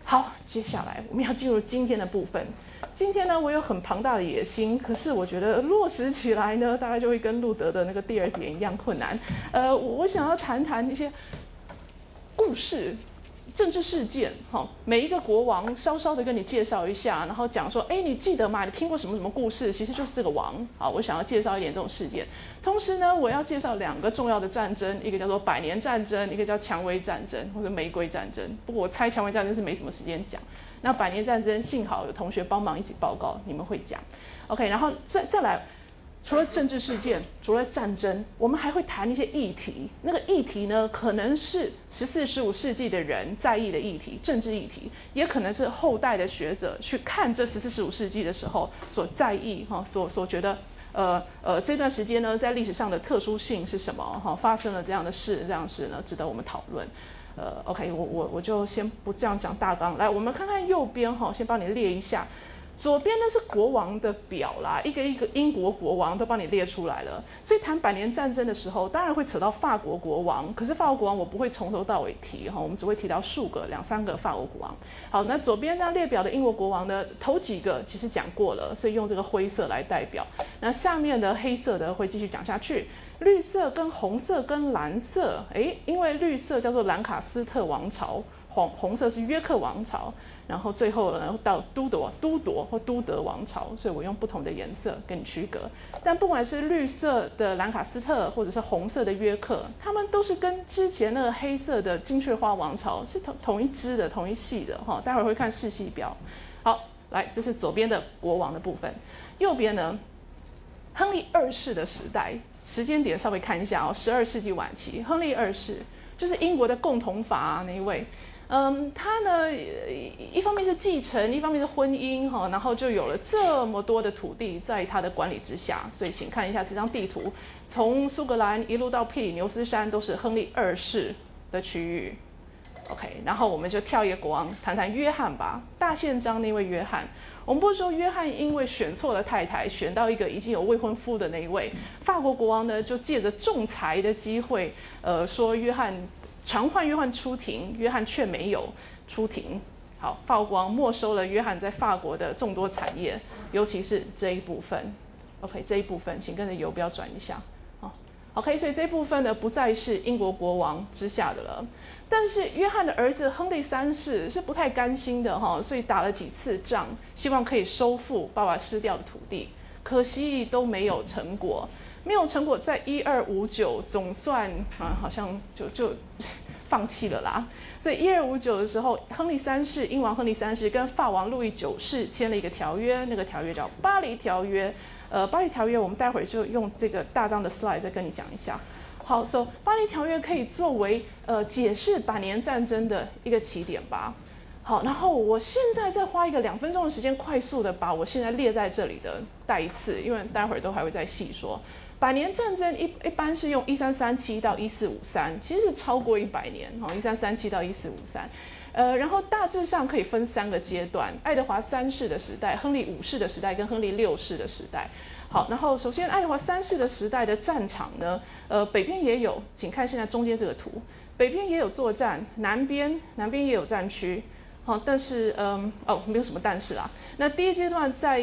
好，接下来我们要进入今天的部分。今天呢，我有很庞大的野心，可是我觉得落实起来呢，大概就会跟路德的那个第二点一样困难。我想要谈谈一些故事。政治事件，每一个国王稍稍的跟你介绍一下，然后讲说，你记得吗？你听过什么什么故事？其实就是个王。好，我想要介绍一点这种事件。同时呢，我要介绍2个重要的战争，一个叫做百年战争，一个叫蔷薇战争或者玫瑰战争。不过我猜蔷薇战争是没什么时间讲。那百年战争幸好有同学帮忙一起报告，你们会讲。OK， 然后再来。除了政治事件，除了战争，我们还会谈一些议题。那个议题呢，可能是14、15世纪的人在意的议题，政治议题，也可能是后代的学者去看这14、15世纪的时候所在意所觉得这段时间呢，在历史上的特殊性是什么？发生了这样的事，这样的事呢，值得我们讨论。OK， 我就先不这样讲大纲。来，我们看看右边先帮你列一下。左边呢是国王的表啦，一个一个英国国王都帮你列出来了。所以谈百年战争的时候，当然会扯到法国国王，可是法国国王我不会从头到尾提我们只会提到2、3个法国国王。好，那左边这样列表的英国国王呢，头几个其实讲过了，所以用这个灰色来代表。那下面的黑色的会继续讲下去，绿色跟红色跟蓝色，因为绿色叫做兰卡斯特王朝，红色是约克王朝。然后最后呢到都铎或都德王朝，所以我用不同的颜色跟你区隔。但不管是绿色的兰卡斯特，或者是红色的约克，他们都是跟之前那个黑色的金雀花王朝是同一支的、同一系的哈。待会儿会看世系表。好，来，这是左边的国王的部分。右边呢，亨利2世的时代，时间点稍微看一下12世纪晚期，亨利2世就是英国的共同法那一位。他呢，一方面是继承，一方面是婚姻然后就有了这么多的土地在他的管理之下。所以请看一下这张地图，从苏格兰一路到庇里牛斯山都是亨利2世的区域。OK， 然后我们就跳一个国王，谈谈约翰吧。大宪章那位约翰，我们不是说约翰因为选错了太太，选到一个已经有未婚夫的那一位，法国国王呢就借着仲裁的机会，说约翰。传唤约翰出庭，约翰却没有出庭。好，法国国王没收了约翰在法国的众多产业，尤其是这一部分。OK， 这一部分请跟着游标转一下。OK， 所以这一部分呢不再是英国国王之下的了。但是约翰的儿子亨利3世是不太甘心的所以打了几次仗，希望可以收复爸爸失掉的土地，可惜都没有成果。没有成果，在1259总算好像就放弃了啦。所以1259的时候，亨利3世，英王亨利3世跟法王路易9世签了一个条约，那个条约叫巴黎条约。巴黎条约我们待会儿就用这个大张的 slide 再跟你讲一下。好 ，so 巴黎条约可以作为解释百年战争的一个起点吧。好，然后我现在再花一个2分钟的时间，快速的把我现在列在这里的带一次，因为待会儿都还会再细说。百年战争一般是用1337到1453，其实是超过100年，1337到1453。然后大致上可以分3个阶段：爱德华3世的时代、亨利5世的时代跟亨利6世的时代。好，然后首先爱德华3世的时代的战场呢，北边也有，请看现在中间这个图，北边也有作战，南边也有战区。好，但是没有什么但是啦。那第一阶段在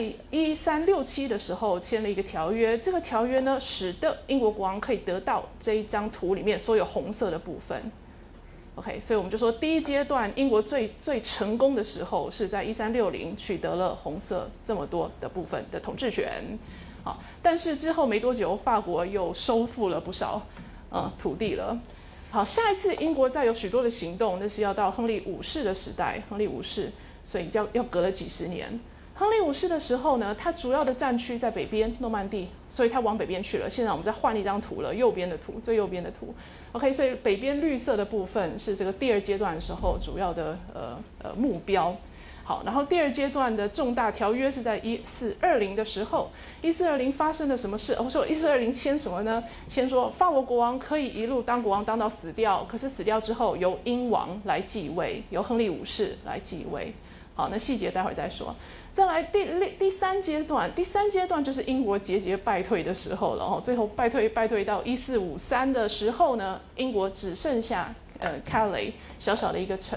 1367的时候签了一个条约，这个条约呢，使得英国国王可以得到这一张图里面所有红色的部分。OK， 所以我们就说第一阶段英国最成功的时候是在1360取得了红色这么多的部分的统治权。好，但是之后没多久，法国又收复了不少土地了。好，下一次英国再有许多的行动，那是要到亨利5世的时代，亨利5世，所以要隔了几十年。亨利5世的时候呢，他主要的战区在北边诺曼底，所以他往北边去了。现在我们再换一张图了，右边的图，最右边的图。OK， 所以北边绿色的部分是这个第2阶段的时候主要的目标。好，然后第2阶段的重大条约是在1420的时候，1420发生了什么事？我说1420签什么呢？签说法国国王可以一路当国王当到死掉，可是死掉之后由英王来继位，由亨利5世来继位。好，那细节待会儿再说。再来第3阶段，第3阶段就是英国节节败退的时候了最后败退到1453的时候呢，英国只剩下Calais 小小的一个城。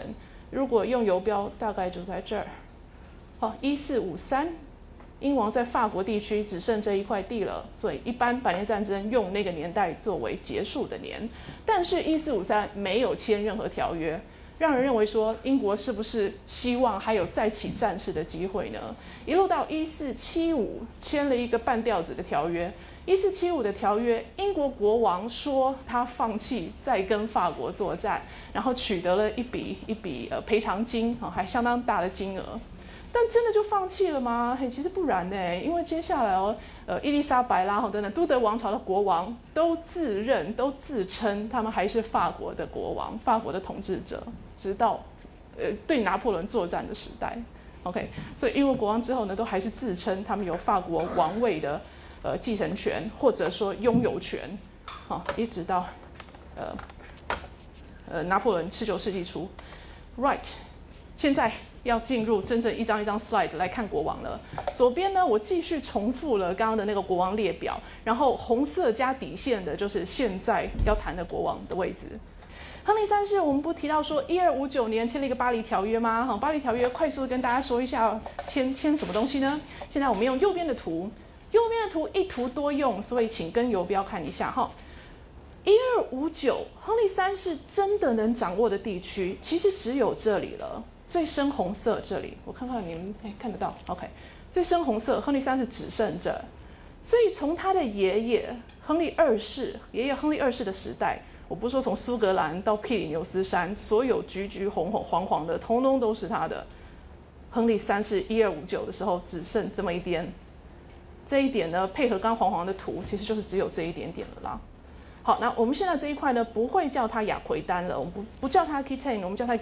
如果用游标，大概就在这儿。好，1453，英王在法国地区只剩这一块地了，所以一般百年战争用那个年代作为结束的年。但是1453没有签任何条约，让人认为说英国是不是希望还有再起战事的机会呢？一路到1475签了一个半吊子的条约。1475的条约，英国国王说他放弃再跟法国作战，然后取得了一笔赔偿金，还相当大的金额。但真的就放弃了吗？其实不然呢，因为接下来伊丽莎白啦等等都德王朝的国王都自称他们还是法国的国王，法国的统治者，直到对拿破仑作战的时代。OK， 所以英国国王之后呢，都还是自称他们有法国王位的继承权或者说拥有权，一直到拿破仑19世纪初 ，right， 现在要进入真正一张一张 slide 来看国王了。左边呢，我继续重复了刚刚的那个国王列表，然后红色加底线的就是现在要谈的国王的位置。亨利三世，我们不提到说1259年签了一个巴黎条约吗？巴黎条约快速跟大家说一下签什么东西呢？现在我们用右边的图，一图多用，所以请跟游标看一下哈。1259，亨利三世真的能掌握的地区其实只有这里了。最深红色这里，我看看你们看得到 ，OK， 最深红色，亨利三世只剩这，所以从他的爷爷亨利二世的时代，我不是说从苏格兰到庇里牛斯山，所有橘红黄的，通通都是他的。亨利三世1259的时候只剩这么一点，这一点呢，配合刚黄的图，其实就是只有这一点点了啦。好，那我们现在这一块呢，不会叫它雅奎丹了，我们不叫它 Aquitaine， 我们叫它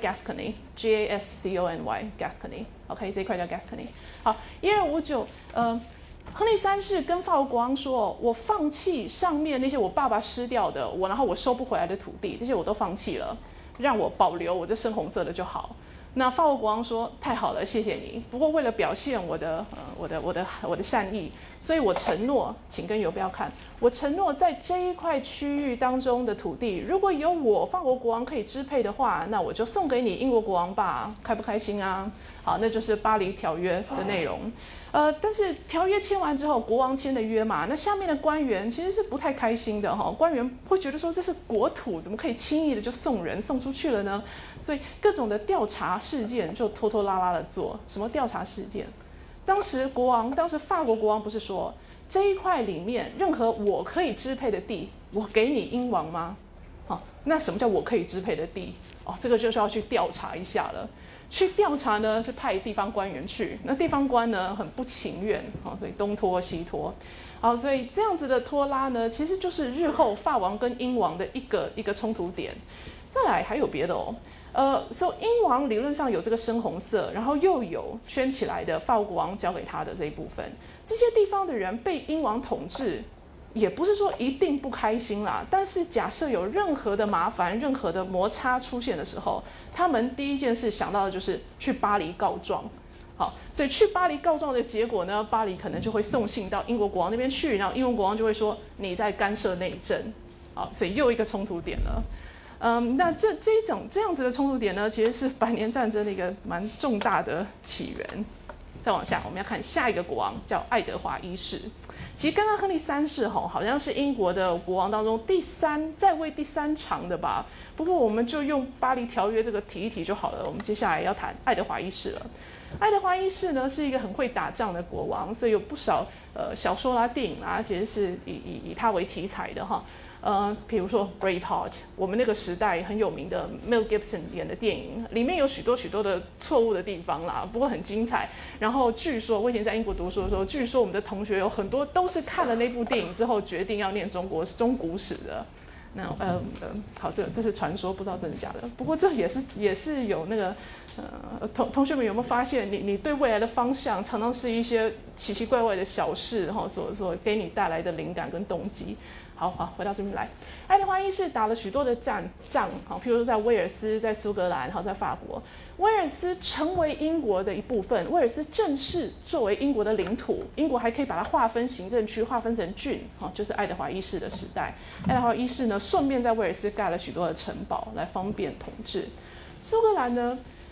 Gascony，G-A-S-C-O-N-Y，Gascony，OK， 这一块叫 Gascony。好，1259，亨利三世跟法国国王说，我放弃上面那些我爸爸失掉的，然后我收不回来的土地，这些我都放弃了，让我保留我这深红色的就好。那法国国王说：“太好了，谢谢你。不过为了表现我的善意，所以我承诺，请跟游标看，我承诺在这一块区域当中的土地，如果有我法国国王可以支配的话，那我就送给你英国国王吧，开不开心啊？好，那就是巴黎条约的内容。但是条约签完之后，国王签的约嘛，那下面的官员其实是不太开心的哈，官员会觉得说这是国土，怎么可以轻易的就送出去了呢？所以各种的调查事件就拖拖拉拉的做。什么调查事件？当时法国国王不是说这一块里面任何我可以支配的地，我给你英王吗？那什么叫我可以支配的地？这个就是要去调查一下了。去调查呢，是派地方官员去，那地方官呢很不情愿，所以东拖西拖，所以这样子的拖拉呢，其实就是日后法王跟英王的一个冲突点。再来还有别的所以英王理论上有这个深红色，然后又有圈起来的法国国王交给他的这一部分，这些地方的人被英王统治，也不是说一定不开心啦，但是假设有任何的麻烦、任何的摩擦出现的时候，他们第一件事想到的就是去巴黎告状。好，所以去巴黎告状的结果呢，巴黎可能就会送信到英国国王那边去，然后英国国王就会说你在干涉内政。好，所以又一个冲突点了。那这样子的冲突点呢，其实是百年战争的一个蛮重大的起源。再往下，我们要看下一个国王叫爱德华一世。其实刚刚亨利三世好像是英国的国王当中在位第三长的吧。不过我们就用巴黎条约这个提一提就好了。我们接下来要谈爱德华一世了。爱德华一世呢是一个很会打仗的国王，所以有不少小说啦、电影啦，其实是以他为题材的哈。比如说 Braveheart， 我们那个时代很有名的 Mel Gibson 演的电影，里面有许多的错误的地方啦，不过很精彩。然后据说我以前在英国读书的时候，据说我们的同学有很多都是看了那部电影之后决定要念中古史的。那好，这是传说，不知道真的假的。不过这也是有那个同学们有没有发现，你对未来的方向常常是一些奇奇怪怪的小事所给你带来的灵感跟动机。好，回到这边来。爱德华一世打了许多的仗，譬如说在威尔斯、在苏格兰，在法国。威尔斯成为英国的一部分，威尔斯正式作为英国的领土，英国还可以把它划分行政区，划分成郡，就是爱德华一世的时代。爱德华一世呢，顺便在威尔斯盖了许多的城堡，来方便统治。苏格兰呢，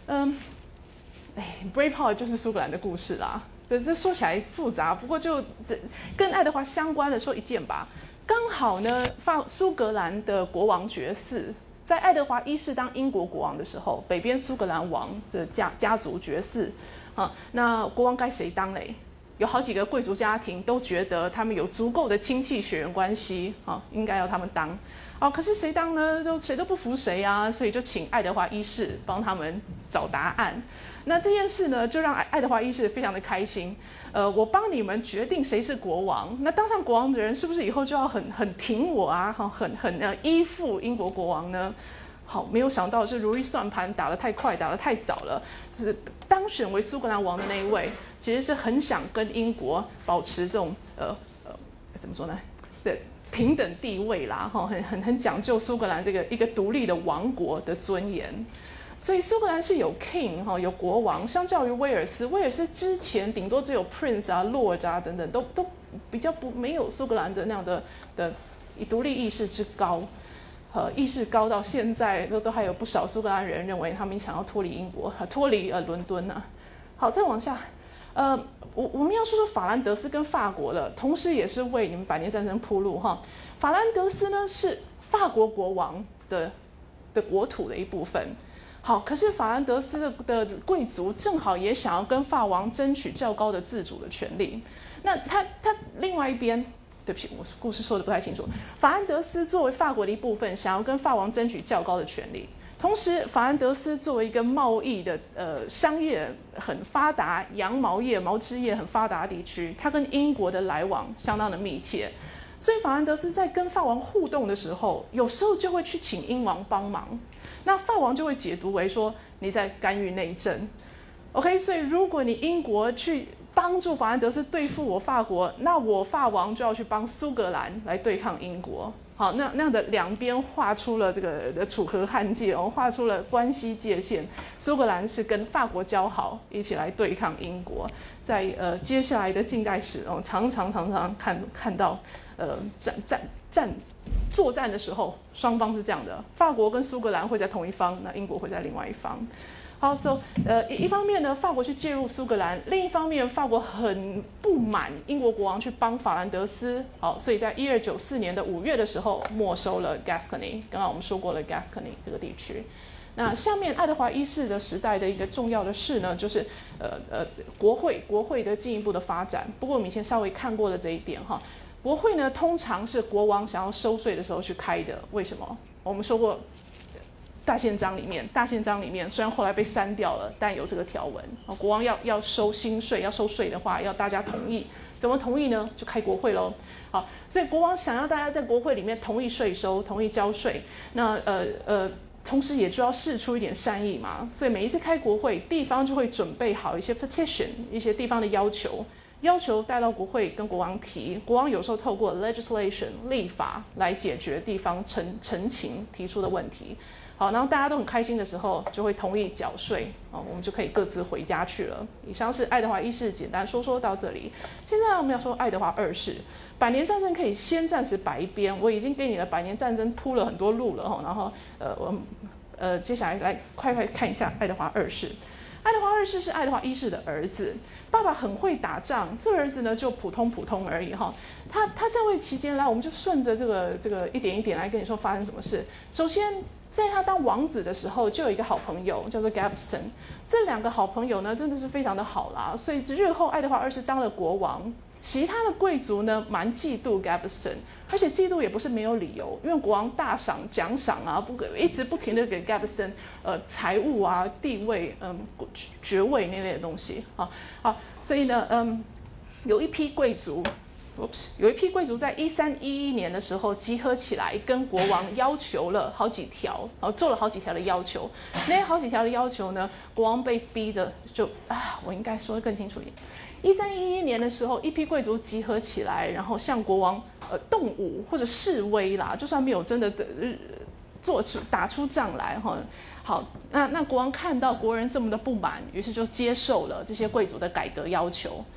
Braveheart 就是苏格兰的故事啦。这说起来复杂，不过就跟爱德华相关的说一件吧。刚好呢，苏格兰的国王爵士，在爱德华一世当英国国王的时候，北边苏格兰王的家族爵士啊，那国王该谁当嘞？有好几个贵族家庭都觉得他们有足够的亲戚血缘关系啊，应该要他们当。可是谁当呢？谁都不服谁啊，所以就请爱德华一世帮他们找答案。那这件事呢，就让爱德华一世非常的开心。我帮你们决定谁是国王，那当上国王的人是不是以后就要很挺我啊？很依附英国国王呢？好，没有想到这如意算盘打得太快，打得太早了。是当选为苏格兰王的那一位，其实是很想跟英国保持这种怎么说呢？是平等地位啦，很讲究苏格兰这个一个独立的王国的尊严。所以苏格兰是有 king 有国王，相较于威尔斯，威尔斯之前顶多只有 prince 啊、lord 啊等等，都比较没有苏格兰的那样的独立意识之高。意识高到现在都还有不少苏格兰人认为他们想要脱离英国，脱离伦敦啊。好，再往下，我们要说法兰德斯跟法国了，同时也是为你们百年战争铺路哈。法兰德斯呢是法国国王的国土的一部分。好，可是法兰德斯的贵族正好也想要跟法王争取较高的自主的权利。那他另外一边。对不起，我故事说的不太清楚。法兰德斯作为法国的一部分，想要跟法王争取较高的权利。同时，法兰德斯作为一个贸易的商业很发达、羊毛业、毛织业很发达的地区，它跟英国的来往相当的密切。所以，法兰德斯在跟法王互动的时候，有时候就会去请英王帮忙。那法王就会解读为说你在干预内政。OK， 所以如果你英国去帮助法兰德斯对付我法国，那我法王就要去帮苏格兰来对抗英国。好，那样的两边画出了这个楚河汉界画出了关系界限。苏格兰是跟法国交好，一起来对抗英国。在接下来的近代史常常看到作战的时候，双方是这样的：法国跟苏格兰会在同一方，那英国会在另外一方。好，一方面呢，法国去介入苏格兰；另一方面，法国很不满英国国王去帮法兰德斯。好，所以在1294年的5月的时候，没收了 Gascony。刚刚我们说过了 Gascony 这个地区。那下面爱德华一世的时代的一个重要的事呢，就是国会的进一步的发展。不过我们以前稍微看过了这一点哈。国会呢，通常是国王想要收税的时候去开的。为什么？我们说过。大宪章里面虽然后来被删掉了，但有这个条文。国王要收新税，要收税的话，要大家同意。怎么同意呢？就开国会咯。好，所以国王想要大家在国会里面同意税收，同意交税。那同时也就要释出一点善意嘛。所以每一次开国会，地方就会准备好一些 petition， 一些地方的要求带到国会跟国王提。国王有时候透过 legislation 立法来解决地方陈情提出的问题。好，然后大家都很开心的时候，就会同意缴税，我们就可以各自回家去了。以上是爱德华一世简单说到这里。现在我们要说爱德华二世，百年战争可以先暂时摆一边，我已经给你的百年战争铺了很多路了，然后接下来快看一下爱德华二世。爱德华二世是爱德华一世的儿子，爸爸很会打仗，这个儿子呢就普通而已哈。他在位期间来，我们就顺着这个一点一点来跟你说发生什么事。首先。在他当王子的时候，就有一个好朋友叫做 Gaveston。这两个好朋友呢，真的是非常的好啦。所以日后爱德华二世当了国王，其他的贵族呢，蛮嫉妒 Gaveston， 而且嫉妒也不是没有理由，因为国王大赏奖赏啊，一直不停的给 Gaveston 财物啊、地位、爵位那类的东西啊。好，所以呢，有一批贵族在1311年的时候集合起来，跟国王要求了好几条，然后做了好几条的要求。那些好几条的要求呢，国王被逼着我应该说得更清楚一点。1311年的时候，一批贵族集合起来，然后向国王动武或者示威啦，就算没有真的打出仗来哈。好，那国王看到国人这么的不满，于是就接受了这些贵族的改革要求。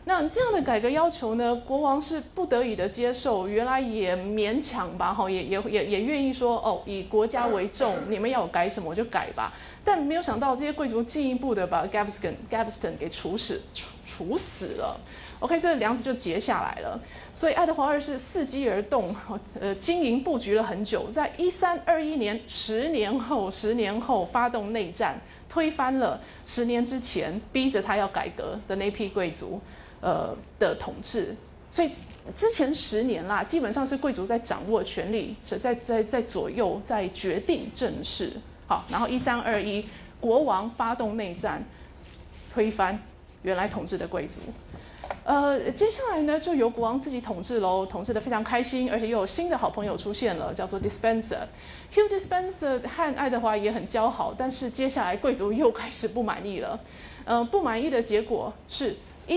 那这样的改革要求呢，国王是不得已的接受，原来也勉强吧，也愿意说哦，以国家为重，你们要我改什么我就改吧。但没有想到这些贵族进一步的把 Gaveston 给处死了。OK， 这个梁子就结下来了。所以爱德华二世伺机而动，经营布局了很久，在1321年10年后发动内战，推翻了10年之前逼着他要改革的那批贵族的统治。所以之前10年啦，基本上是贵族在掌握权力，在左右，在决定政事。好，然后1321国王发动内战，推翻原来统治的贵族。接下来呢，就由国王自己统治喽，统治得非常开心，而且又有新的好朋友出现了，叫做 Despenser。Hugh Despenser 和爱德华也很交好，但是接下来贵族又开始不满意了。不满意的结果是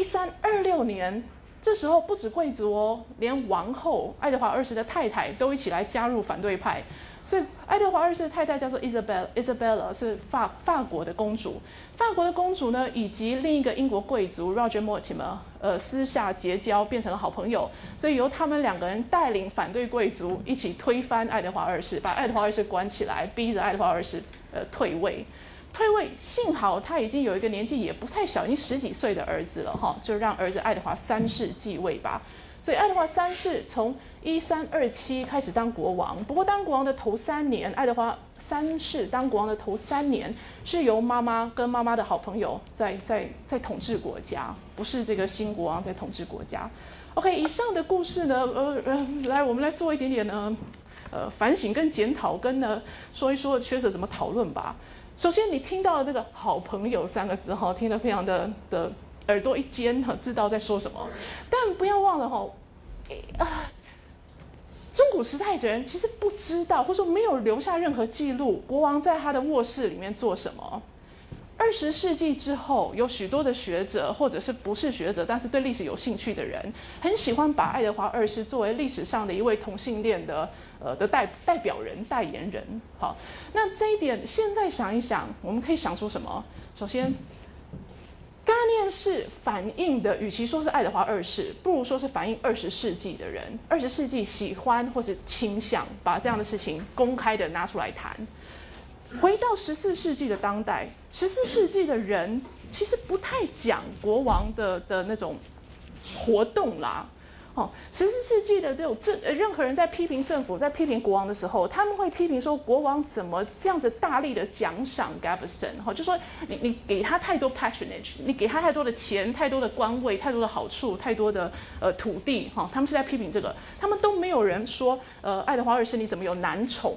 1326年，这时候不止贵族哦，连王后爱德华二世的太太都一起来加入反对派。所以爱德华二世的太太叫做 Isabella， 是法国的公主。法国的公主呢，以及另一个英国贵族 Roger Mortimer， 私下结交，变成了好朋友。所以由他们2个人带领反对贵族一起推翻爱德华二世，把爱德华二世关起来，逼着爱德华二世退位。幸好他已经有一个年纪也不太小，已经10几岁的儿子了哈，就让儿子爱德华3世继位吧。所以爱德华3世从1327开始当国王，不过当国王的头3年，爱德华3世当国王的头3年是由妈妈跟妈妈的好朋友在统治国家，不是这个新国王在统治国家。OK， 以上的故事呢，我们来做一点点呢，反省跟检讨，跟呢说一说学者怎么讨论吧。首先，你听到的那个"好朋友"3个字哈，听得非常的耳朵一尖，知道在说什么。但不要忘了中古时代的人其实不知道，或者说没有留下任何记录，国王在他的卧室里面做什么。20世纪之后，有许多的学者，或者是不是学者，但是对历史有兴趣的人，很喜欢把爱德华二世作为历史上的一位同性恋的代表人、代言人。好，那这一点现在想一想，我们可以想出什么？首先，概念是反映的，与其说是爱德华二世，不如说是反映20世纪的人。20世纪喜欢或者倾向把这样的事情公开的拿出来谈。回到14世纪的当代，14世纪的人其实不太讲国王的那种活动啦。14世纪的任何人在批评政府、在批评国王的时候，他们会批评说国王怎么这样子大力的奖赏 Gaveston， 就说你给他太多 patronage， 你给他太多的钱、太多的官位、太多的好处、太多的土地，他们是在批评这个，他们都没有人说爱德华二世你怎么有男宠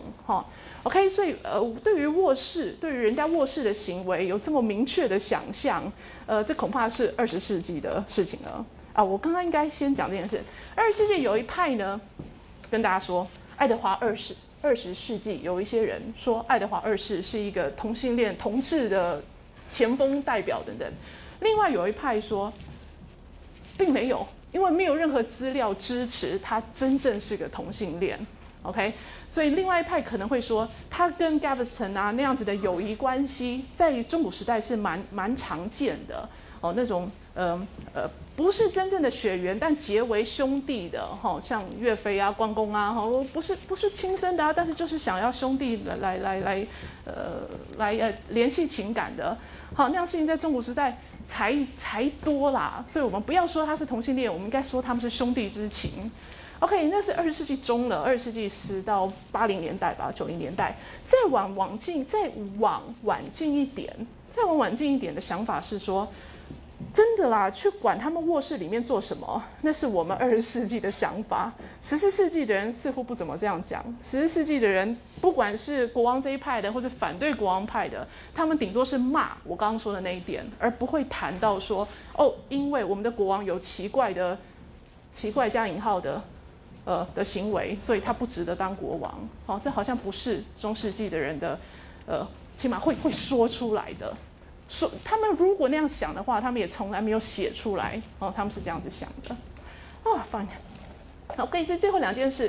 OK， 所以对于卧室，对于人家卧室的行为有这么明确的想象，这恐怕是20世纪的事情了。我刚刚应该先讲这件事。20世纪有一派呢，跟大家说，爱德华二世，20世纪有一些人说爱德华二世是一个同性恋同志的前锋代表等等。另外有一派说，并没有，因为没有任何资料支持他真正是个同性恋。OK， 所以另外一派可能会说，他跟 Gaveston 那样子的友谊关系，在中古时代是蛮常见的那种不是真正的血缘，但结为兄弟的像岳飞啊、关公啊不是亲生的但是就是想要兄弟来联系情感的，那样事情在中古时代才多啦，所以我们不要说他是同性恋，我们应该说他们是兄弟之情。OK， 那是20世纪中了，20世纪10到80年代吧，90年代，再往晚近一点的想法是说，真的啦，去管他们卧室里面做什么，那是我们20世纪的想法。14世纪的人似乎不怎么这样讲。14世纪的人，不管是国王这一派的，或是反对国王派的，他们顶多是骂我刚刚说的那一点，而不会谈到说，因为我们的国王有奇怪加引号的行为，所以他不值得当国王。这好像不是中世纪的人的起码会说出来的。他们如果那样想的话，他们也从来没有写出来他们是这样子想的。fine。OK， 所以最后2件事，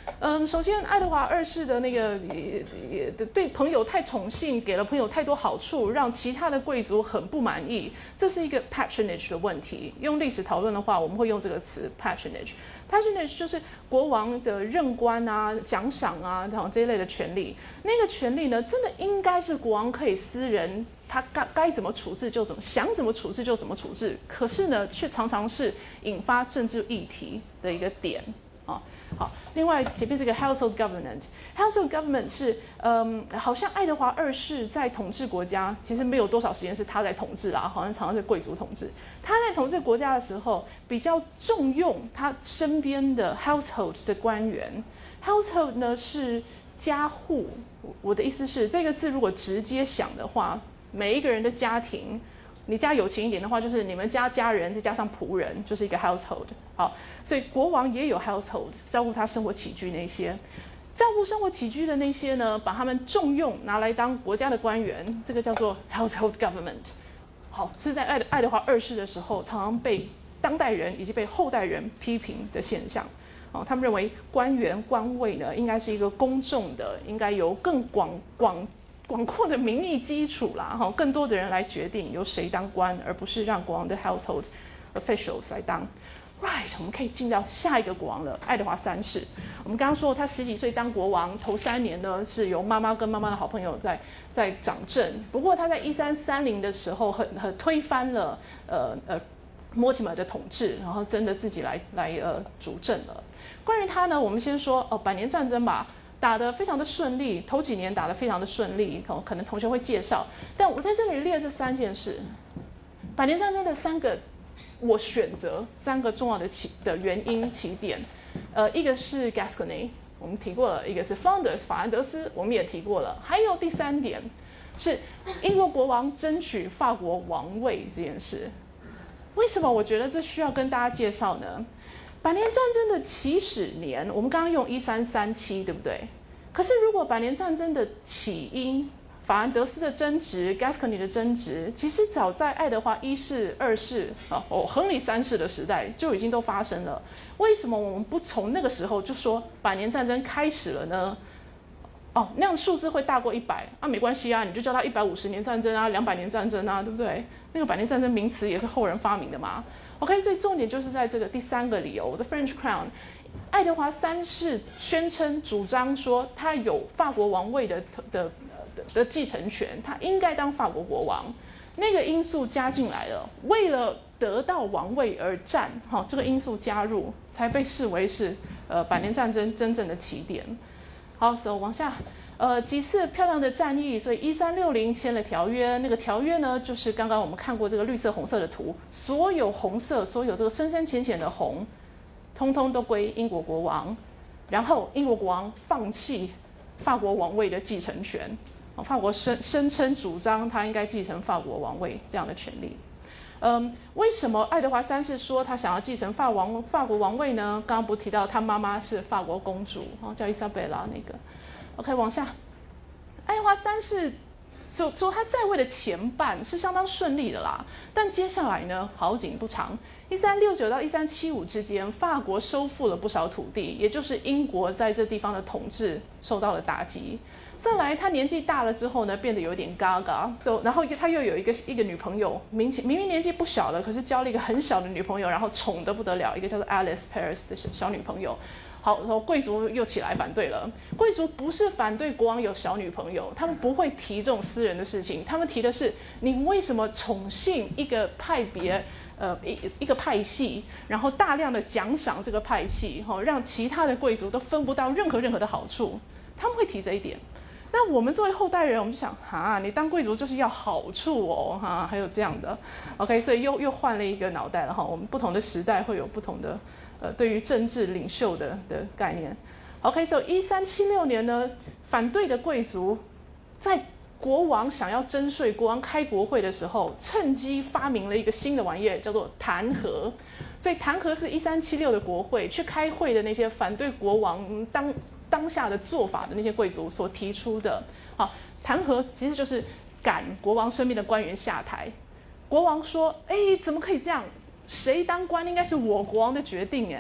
首先，爱德华二世的那个也对朋友太宠幸，给了朋友太多好处，让其他的贵族很不满意。这是一个 patronage 的问题。用历史讨论的话，我们会用这个词 patronage。patronage 就是国王的任官啊、奖赏啊这一类的权利。那个权利呢，真的应该是国王可以私人，他该怎么处置就怎么，想怎么处置就怎么处置。可是呢，却常常是引发政治议题的一个点啊。好，另外前面这个 household government，household government 是好像爱德华二世在统治国家，其实没有多少时间是他在统治啦，好像常常是贵族统治。他在统治国家的时候，比较重用他身边的 household 的官员。household 呢是家户，我的意思是这个字如果直接想的话，每一个人的家庭。你家有钱一点的话，就是你们家人再加上仆人，就是一个 household。好，所以国王也有 household， 照顾他生活起居那些，照顾生活起居的那些呢，把他们重用拿来当国家的官员，这个叫做 household government。好，是在爱德华二世的时候，常常被当代人以及被后代人批评的现象。哦，他们认为官员官位呢，应该是一个公众的，应该由更广阔的民意基础啦，更多的人来决定由谁当官，而不是让国王的 household officials 来当。Right， 我们可以进到下一个国王了，爱德华三世。我们刚刚说他10几岁当国王，头3年呢是由妈妈跟妈妈的好朋友在掌政。不过他在1330的时候很推翻了Mortimer 的统治，然后真的自己来主政了。关于他呢，我们先说百年战争吧。打得非常的顺利，头几年打得非常的顺利，可能同学会介绍。但我在这里列这3件事，百年战争的我选择3个重要的原因起点。一个是 Gascony， 我们提过了；一个是 Flanders 法兰德斯，我们也提过了。还有第3点是英国国王争取法国王位这件事。为什么我觉得这需要跟大家介绍呢？百年战争的起始年，我们刚刚用1337，对不对？可是如果百年战争的起因，法兰德斯的争执、Gascony 的争执，其实早在爱德华1世、2世亨利3世的时代就已经都发生了。为什么我们不从那个时候就说百年战争开始了呢？那样数字会大过100啊，没关系啊，你就叫它150年战争啊，200年战争啊，对不对？那个百年战争名词也是后人发明的嘛。OK， 所以重点就是在这个第3个理由 ，The French Crown。爱德华3世宣称主张说他有法国王位的继承权，他应该当法国国王。那个因素加进来了，为了得到王位而战，这个因素加入，才被视为是百年战争真正的起点。好，所以往下。几次漂亮的战役，所以1360签了条约。那个条约呢，就是刚刚我们看过这个绿色红色的图，所有红色，所有这个深深浅浅的红，通通都归英国国王。然后英国国王放弃法国王位的继承权，法国声称主张他应该继承法国王位这样的权利。为什么爱德华3世说他想要继承法国王位呢？刚刚不提到他妈妈是法国公主，叫伊莎贝拉那个。OK， 往下，爱德华3世说他在位的前半是相当顺利的啦，但接下来呢，好景不长。1369到1375之间，法国收复了不少土地，也就是英国在这地方的统治受到了打击。再来，他年纪大了之后呢，变得有点嘎嘎，然后他又有一个女朋友，明明年纪不小了，可是交了一个很小的女朋友，然后宠得不得了，一个叫做 Alice Paris 的小女朋友。好，然后贵族又起来反对了。贵族不是反对国王有小女朋友，他们不会提这种私人的事情，他们提的是你为什么宠幸一个派别，一个派系，然后大量的奖赏这个派系，让其他的贵族都分不到任何的好处，他们会提这一点。那我们作为后代人，我们就想，你当贵族就是要好处哦，还有这样的 ，OK， 所以又换了一个脑袋了哈。我们不同的时代会有不同的。对于政治领袖的概念。OK， 所以1376年呢，反对的贵族在国王想要征税、国王开国会的时候，趁机发明了一个新的玩意，叫做弹劾。所以弹劾是1376的国会去开会的那些反对国王当下的做法的那些贵族所提出的。好，弹劾其实就是赶国王身边的官员下台。国王说：“怎么可以这样？谁当官应该是我国王的决定，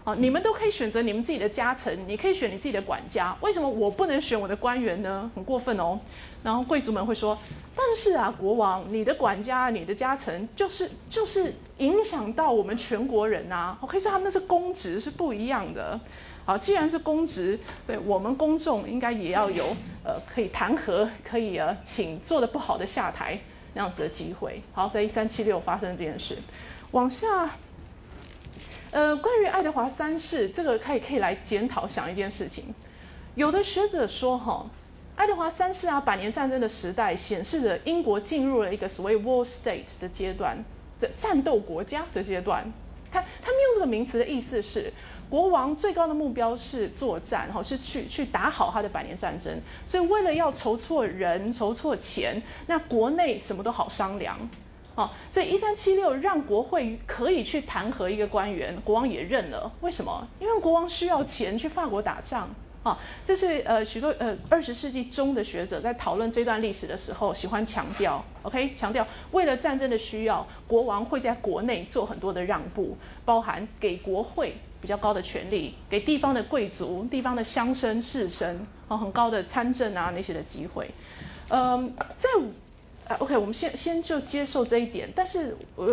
好，你们都可以选择你们自己的家臣，你可以选你自己的管家，为什么我不能选我的官员呢？很过分哦。然后贵族们会说，但是啊，国王，你的管家、你的家臣，就是影响到我们全国人啊。我可以说他们那是公职，是不一样的。好，既然是公职，对我们公众应该也要有可以弹劾，可以请做得不好的下台那样子的机会。好，在1376发生这件事，往下。关于爱德华三世，这个可以来检讨想一件事情。有的学者说，爱德华三世啊，百年战争的时代显示着英国进入了一个所谓 war state 的阶段，的战斗国家的阶段。他们用这个名词的意思是，国王最高的目标是作战，是去打好他的百年战争。所以为了要筹措人、筹措钱，那国内什么都好商量。所以1376让国会可以去弹劾一个官员，国王也认了。为什么？因为国王需要钱去法国打仗。这是许多20世纪中的学者在讨论这段历史的时候喜欢强调。OK， 强调为了战争的需要，国王会在国内做很多的让步，包含给国会比较高的权力，给地方的贵族、地方的乡绅、士绅很高的参政啊那些的机会。OK， 我们先就接受这一点，但是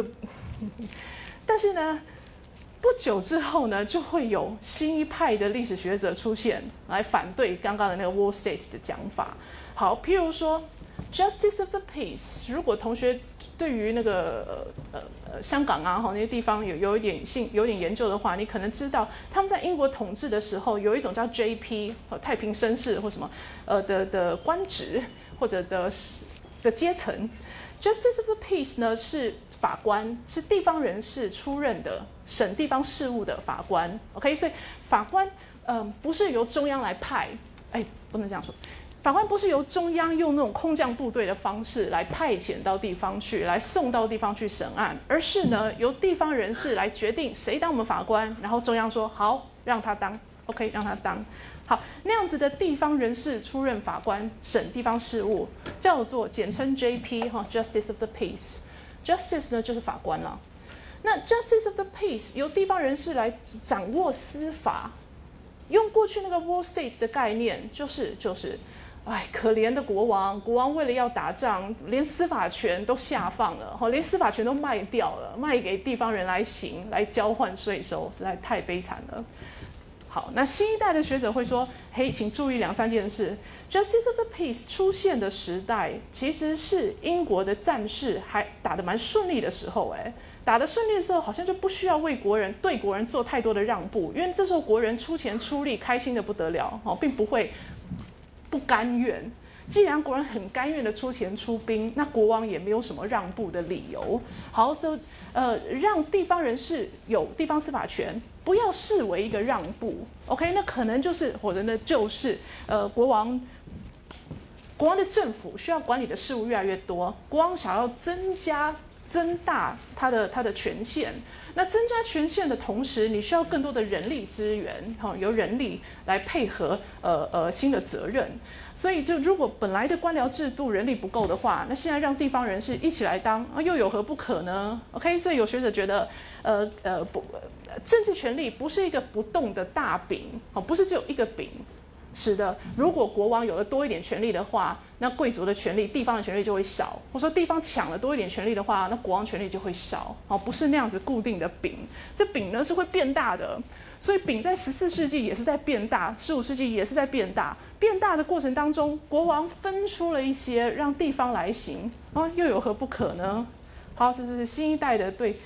呢，不久之后呢，就会有新一派的历史学者出现，来反对刚刚的那个 war state 的讲法。好，譬如说 justice of the peace， 如果同学对于那个香港啊那些地方有一点研究的话，你可能知道他们在英国统治的时候，有一种叫 JP 太平绅士或什么的官职或者的阶层。 Justice of the Peace 呢是法官，是地方人士出任的审地方事务的法官。OK， 所以法官不是由中央来派，不能这样说，法官不是由中央用那种空降部队的方式来派遣到地方去，来送到地方去审案，而是呢由地方人士来决定谁当我们法官，然后中央说好让他当 ，OK 让他当。好，那样子的地方人士出任法官，审地方事务，叫做简称 JP Justice of the Peace。Justice 呢就是法官了。那 Justice of the Peace 由地方人士来掌握司法，用过去那个 war state 的概念，就是可怜的国王为了要打仗，连司法权都下放了，连司法权都卖掉了，卖给地方人来行，来交换税收，实在太悲惨了。好，那新一代的学者会说，嘿，请注意2-3件事。Justice of the Peace 出现的时代，其实是英国的战事还打得蛮顺利的时候，打得顺利的时候，好像就不需要对国人做太多的让步，因为这时候国人出钱出力，开心的不得了，并不会不甘愿。既然国人很甘愿的出钱出兵，那国王也没有什么让步的理由。好，所以让地方人士有地方司法权，不要视为一个让步。OK， 那可能就是或者呢就是国王的政府需要管理的事务越来越多，国王想要增大他的权限。那增加权限的同时，你需要更多的人力资源，由人力来配合新的责任。所以就如果本来的官僚制度人力不够的话，那现在让地方人士一起来当，又有何不可呢 ？OK， 所以有学者觉得，政治权力不是一个不动的大饼，不是只有一个饼。使得如果国王有了多一点权力的话，那贵族的权力、地方的权力就会少。或者说地方抢了多一点权力的话，那国王权力就会少。不是那样子固定的饼，这饼呢是会变大的。所以饼在14世纪也是在变大，15世纪也是在变大。变大的过程当中，国王分出了一些让地方来行，又有何不可呢？好，这是新一代的对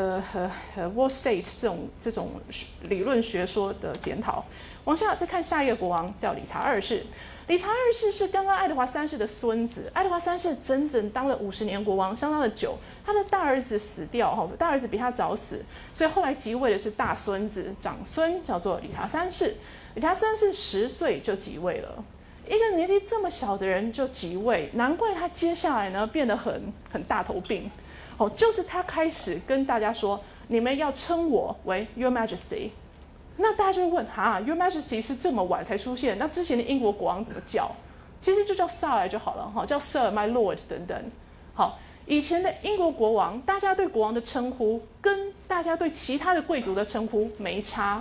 war state 这种理论学说的检讨。往下再看下一个国王，叫理查二世。理查二世是刚刚爱德华三世的孙子。爱德华三世整整当了50年国王，相当的久。他的大儿子死掉，大儿子比他早死，所以后来即位的是大孙子，长孙叫做理查三世。理查三世10岁就即位了。一个年纪这么小的人就即位，难怪他接下来呢变得很大头病。就是他开始跟大家说，你们要称我为 Your Majesty。那大家就问，Your Majesty 是这么晚才出现，那之前的英国国王怎么叫？其实就叫 Sir 就好了，叫 Sir My Lord 等等。好，以前的英国国王，大家对国王的称呼跟大家对其他的贵族的称呼没差。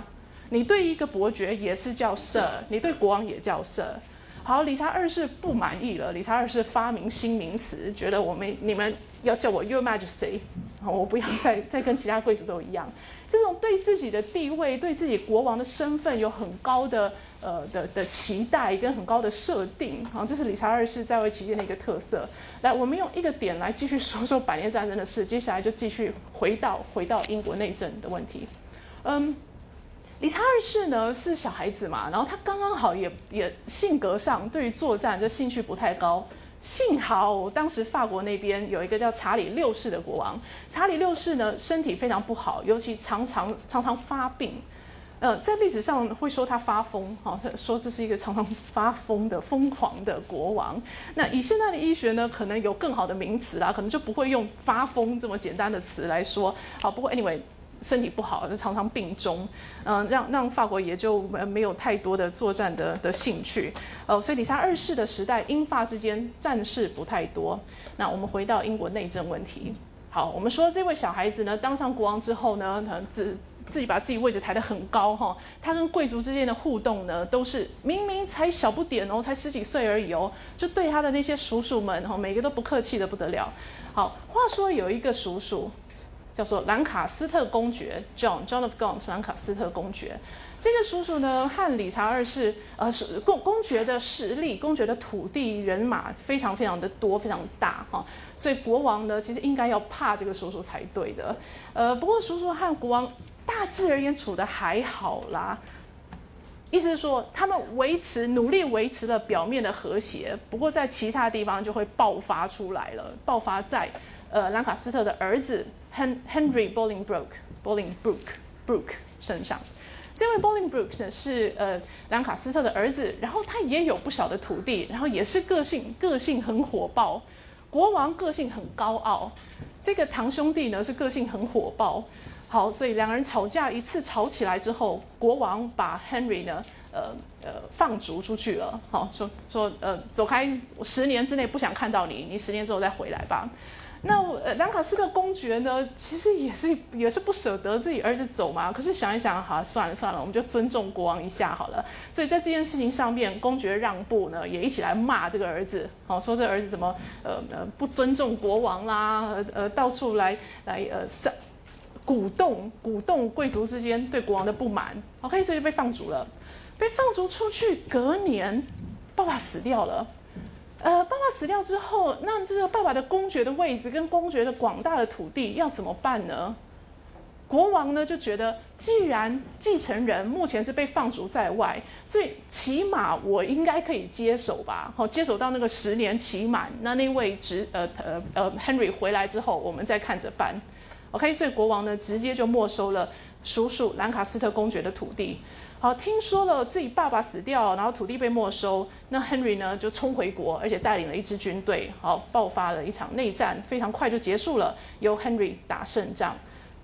你对一个伯爵也是叫 Sir， 你对国王也叫 Sir。好，理查二世不满意了，理查二世发明新名词，觉得你们要叫我 Your Majesty， 我不要再跟其他贵族都一样。这种对自己的地位、对自己国王的身份有很高的期待跟很高的设定，这是理查二世在位期间的一个特色。来，我们用一个点来继续说说百年战争的事，接下来就继续回到英国内政的问题。理查二世呢是小孩子嘛，然后他刚刚好也性格上对于作战的兴趣不太高。幸好当时法国那边有一个叫查理六世的国王，查理六世呢身体非常不好，尤其常常发病。在历史上会说他发疯，说这是一个常常发疯的疯狂的国王。那以现在的医学呢，可能有更好的名词啦，可能就不会用发疯这么简单的词来说。好，不过 anyway。身体不好，就常常病中，让法国也就没有太多的作战的兴趣，所以理查二世的时代，英法之间战事不太多。那我们回到英国内政问题，好，我们说这位小孩子呢，当上国王之后呢，自己把自己位置抬得很高哈，他跟贵族之间的互动呢，都是明明才小不点哦，才10几岁而已哦，就对他的那些叔叔们哈，每个都不客气的不得了。好，话说有一个叔叔。叫做兰卡斯特公爵 John of Gaunt， 兰卡斯特公爵。这个叔叔呢，和理查二世，公爵的实力、公爵的土地、人马非常非常的多，非常大哈，所以国王呢，其实应该要怕这个叔叔才对的。不过叔叔和国王大致而言处得还好啦。意思是说，他们努力维持了表面的和谐，不过在其他地方就会爆发出来了，爆发在兰卡斯特的儿子。Henry Bolingbroke 身上，这位 Bolingbroke 呢是兰卡斯特的儿子，然后他也有不少的土地，然后也是个性很火爆，国王个性很高傲，这个堂兄弟呢是个性很火爆。好，所以两个人吵架一次吵起来之后，国王把 Henry 呢放逐出去了。好，说走开，我10年之内不想看到你，你10年之后再回来吧。那兰卡斯特公爵呢，其实也是不舍得自己儿子走嘛。可是想一想，好，算了，我们就尊重国王一下好了。所以在这件事情上面，公爵让步呢，也一起来骂这个儿子，好，说这儿子怎么不尊重国王啦，到处来鼓动贵族之间对国王的不满。OK， 所以就被放逐了。被放逐出去，隔年爸爸死掉了。爸爸死掉之后，那这个爸爸的公爵的位置跟公爵的广大的土地要怎么办呢？国王呢就觉得，既然继承人目前是被放逐在外，所以起码我应该可以接手吧。好，接手到那个10年期满，那位Henry 回来之后，我们再看着办。OK， 所以国王呢直接就没收了叔叔兰卡斯特公爵的土地。好，听说了自己爸爸死掉，然后土地被没收，那 Henry 呢就冲回国，而且带领了一支军队，好，爆发了一场内战，非常快就结束了，由 Henry 打胜仗。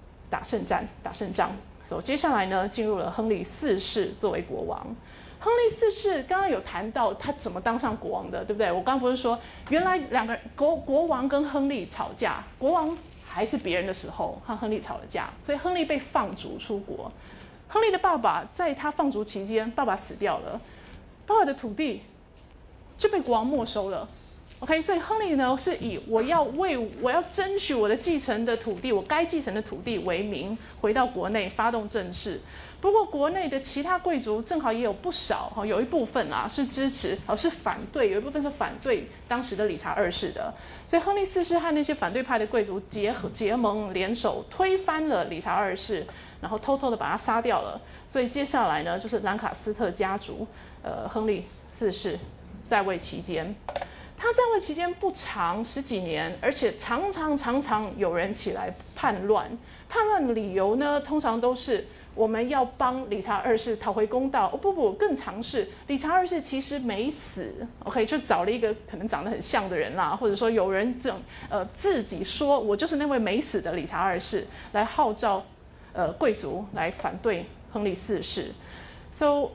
所以接下来呢，进入了亨利4世作为国王。亨利4世刚刚有谈到他怎么当上国王的，对不对？我刚刚不是说，原来两个国王跟亨利吵架，国王还是别人的时候和亨利吵了架，所以亨利被放逐出国。亨利的爸爸在他放逐期间，爸爸死掉了，爸爸的土地就被国王没收了。OK， 所以亨利呢是以我要争取我的继承的土地，我该继承的土地为名，回到国内发动政事。不过国内的其他贵族正好也有不少，有一部分是支持，是反对，有一部分是反对当时的理查二世的。所以亨利4世和那些反对派的贵族结盟联手，推翻了理查二世，然后偷偷的把他杀掉了。所以接下来呢，就是兰卡斯特家族，亨利4世在位期间。他在位期间不长，10几年，而且常常有人起来叛乱。叛乱的理由呢，通常都是我们要帮理查二世讨回公道。不，更常是理查二世其实没死 ，OK， 就找了一个可能长得很像的人啦，或者说有人自己说我就是那位没死的理查二世，来号召贵族来反对亨利4世。So，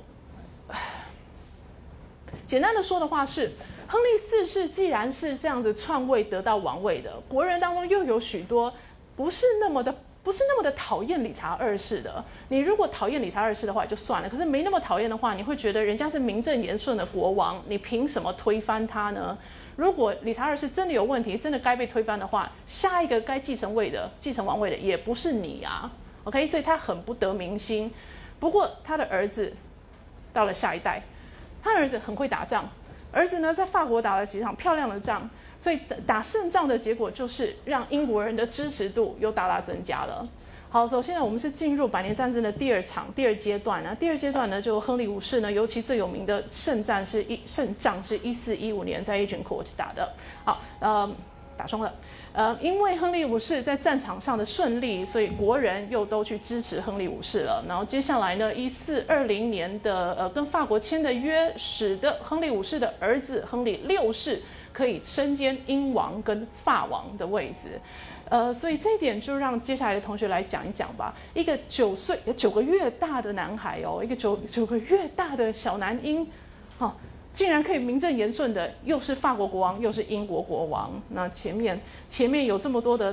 简单的说的话是。亨利4世既然是这样子篡位得到王位的，国人当中又有许多不是那么的不是那么的讨厌理查二世的。你如果讨厌理查二世的话也就算了，可是没那么讨厌的话，你会觉得人家是名正言顺的国王，你凭什么推翻他呢？如果理查二世真的有问题，真的该被推翻的话，下一个该继承王位的也不是你啊。OK， 所以他很不得民心。不过他的儿子到了下一代，他儿子很会打仗，儿子呢在法国打了几场漂亮的仗。所以打胜仗的结果就是让英国人的支持度又大大增加了。好，首先呢，我们是进入百年战争的第二阶段呢。第二阶段呢，就亨利五世呢，尤其最有名的胜仗是1415年在 Agincourt 打的。好，打中了。因为亨利五世在战场上的顺利，所以国人又都去支持亨利五世了。然后接下来呢，1420年的跟法国签的约，使得亨利五世的儿子亨利六世可以身兼英王跟法王的位置。所以这一点就让接下来的同学来讲一讲吧。一个9个月大的男孩哦，一个九个月大的小男婴，竟然可以名正言顺的，又是法国国王，又是英国国王。那前面有这么多的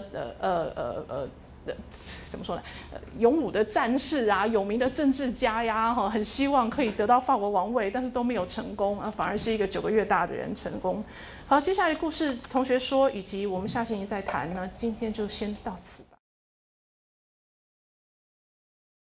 怎么说呢？勇武的战士啊，有名的政治家呀，很希望可以得到法国王位，但是都没有成功啊，反而是一个9个月大的人成功。好，接下来的故事同学说，以及我们下星期再谈呢。今天就先到此。